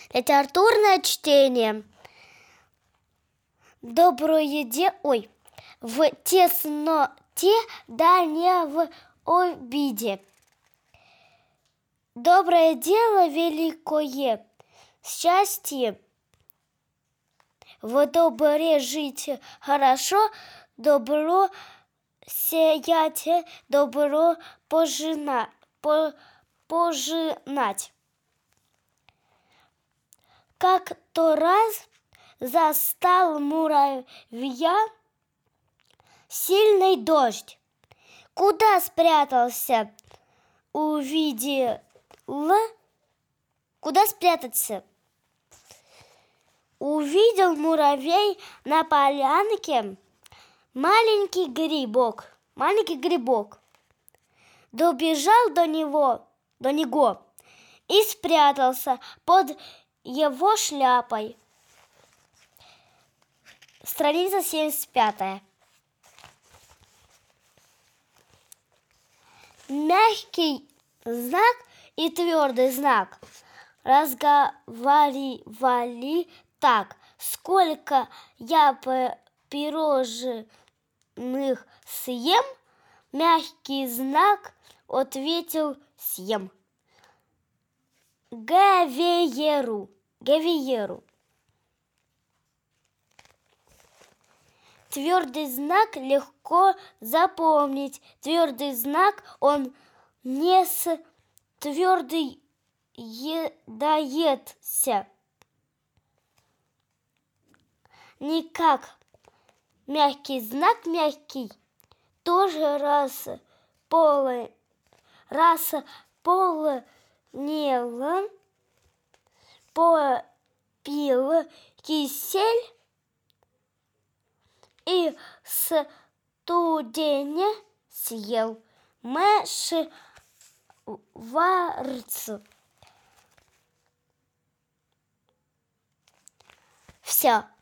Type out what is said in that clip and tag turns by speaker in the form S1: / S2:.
S1: Литературное чтение. В тесноте, да не в обиде. Доброе дело великое, счастье. В добре жить хорошо, добро сеять, добро пожинать. Как-то раз застал муравья сильный дождь. Куда спрятался? Куда спрятаться? Увидел муравей на полянке маленький грибок. Добежал до него и спрятался под его шляпой. Страница 75. Мягкий знак и твердый знак разговаривали так: сколько я пирожных съем, мягкий знак ответил: съем. Гевиеру. Твердый знак легко запомнить. Твердый знак, он не твердый дается. Никак. Мягкий знак, мягкий, тоже полнел попил кисель и студеня съел мышварц. Все.